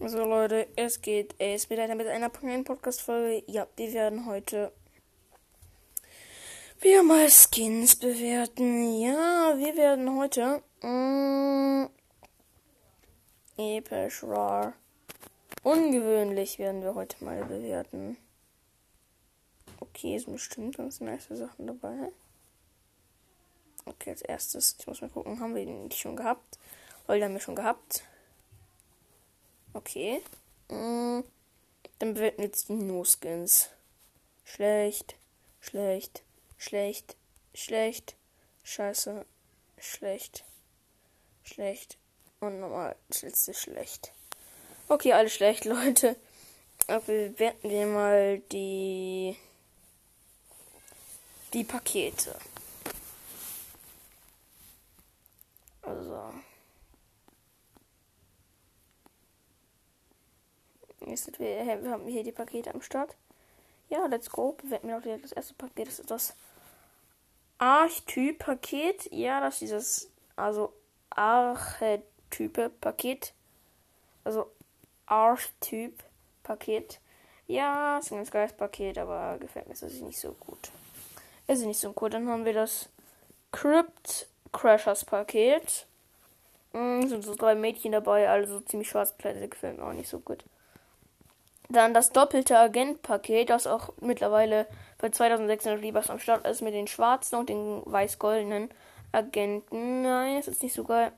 So Leute, es wieder mit einer neuen Podcast-Folge. Ja, wir werden heute wieder mal Skins bewerten. Ja, wir werden heute episch, rar, ungewöhnlich werden wir heute mal bewerten. Okay, sind bestimmt ganz nice Sachen dabei. Okay, als erstes, ich muss mal gucken, haben wir den schon gehabt? Weil haben wir schon gehabt. Okay. Dann bewerten wir jetzt die No-Skins. Schlecht, schlecht, schlecht, schlecht, scheiße, schlecht, schlecht und nochmal das letzte schlecht. Okay, alles schlecht, Leute. Aber bewerten wir mal die Pakete. Also. Wir haben hier die Pakete am Start. Ja, let's go. Bewerten wir noch direkt das erste Paket. Das ist das Archetyp-Paket. Ja, das ist dieses, also Archetype-Paket. Also Archetyp-Paket. Ja, ist ein ganz geiles Paket, aber gefällt mir das nicht so gut. Ist nicht so gut. Dann haben wir das Crypt Crashers-Paket. Sind so 3 Mädchen dabei, alle so ziemlich schwarz gekleidet. Gefällt mir auch nicht so gut. Dann das doppelte Agent-Paket, das auch mittlerweile für 2600 Libras am Start ist, mit den schwarzen und den weiß-goldenen Agenten. Nein, das ist nicht so geil.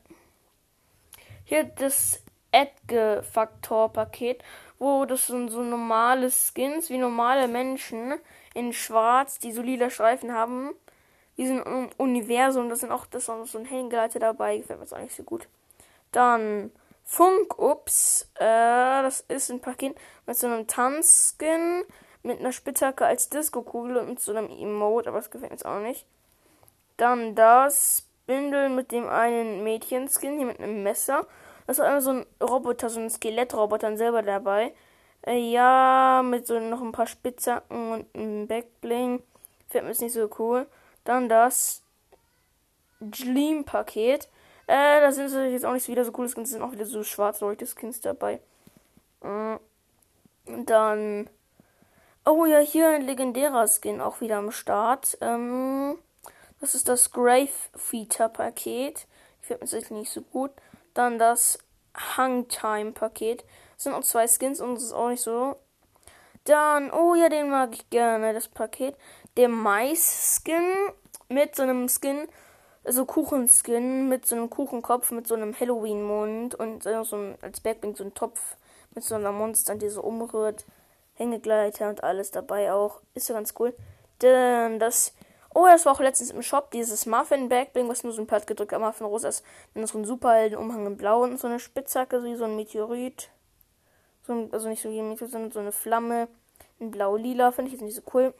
Hier das Edge-Faktor-Paket, wo das sind so normale Skins, wie normale Menschen in schwarz, die so lila Streifen haben. Die sind im Universum, das ist auch so ein Hängegleiter dabei, gefällt mir jetzt auch nicht so gut. Dann Funk-Ups, das ist ein Paket mit so einem Tanzskin, mit einer Spitzhacke als Disco-Kugel und mit so einem Emote, aber das gefällt mir jetzt auch nicht. Dann das Bündel mit dem einen Mädchenskin, hier mit einem Messer. Das ist einfach so ein Roboter, so ein Skelettroboter selber dabei. Ja, mit so noch ein paar Spitzhacken und einem Backbling. Gefällt mir jetzt nicht so cool. Dann das Gleam-Paket. Da sind jetzt auch nicht wieder so coole Skins, sind auch wieder so schwarz-leuchtete Skins dabei. Und dann. Oh ja, hier ein legendärer Skin auch wieder am Start. Das ist das Grave-Feater-Paket. Gefällt mir tatsächlich nicht so gut. Dann das Hangtime-Paket. Das sind auch 2 Skins und das ist auch nicht so. Dann, oh ja, den mag ich gerne, das Paket. Der Mais-Skin mit so einem Skin. So Kuchenskin mit so einem Kuchenkopf, mit so einem Halloween-Mund und so als Backbling so ein Topf mit so einer Monster, die so umrührt. Hängegleiter und alles dabei auch. Ist ja ganz cool. Dann das war auch letztens im Shop, dieses Muffin-Backbling, was nur so ein plattgedrückter Muffin-Rosa ist. Dann so ein Superhelden-Umhang in Blau und so eine Spitzhacke, so wie so ein Meteorit. Also nicht so wie ein Meteorit, sondern so eine Flamme in Blau-Lila. Finde ich jetzt nicht so cool.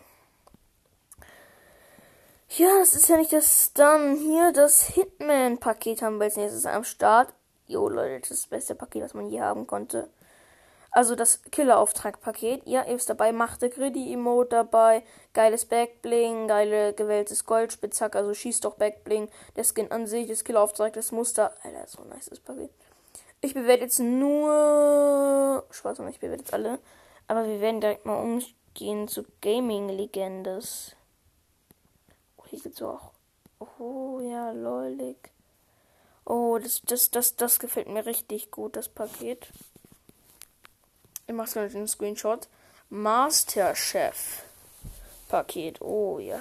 Ja, das ist ja nicht das. Dann hier das Hitman-Paket haben wir als nächstes am Start. Jo, Leute, das ist das beste Paket, was man je haben konnte. Also das Killer-Auftrag-Paket. Ja, ihr wisst dabei, machte Griddy-Emote dabei. Geiles Backbling, geile gewähltes Goldspitzhack, also schießt doch Backbling. Der Skin an sich, das Killer-Auftrag, das Muster. Alter, so ein nice Paket. Ich bewerte jetzt nur. Schwarz und ich bewerte jetzt alle. Aber wir werden direkt mal umgehen zu Gaming-Legendes. Hier gibt's auch. Oh ja, lollig. Oh, das gefällt mir richtig gut, das Paket. Ich mach's gleich einen Screenshot. Masterchef Paket. Oh ja.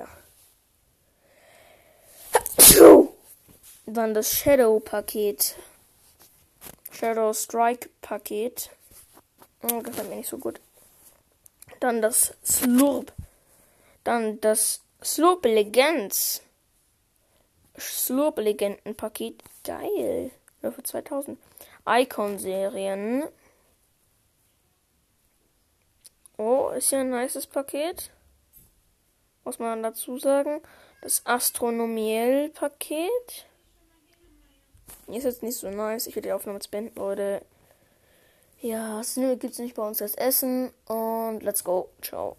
Dann das Shadow Paket. Shadow Strike Paket. Gefällt mir nicht so gut. Dann das Slurp. Dann das Slurp Legends. Slurp Legenden Paket. Geil. Nur für 2000. Icon Serien. Oh, ist ja ein nices Paket. Muss man dazu sagen. Das Astronomiel Paket. Ist jetzt nicht so nice. Ich werde die Aufnahme jetzt beenden, Leute. Ja, es gibt's nicht bei uns als Essen. Und let's go. Ciao.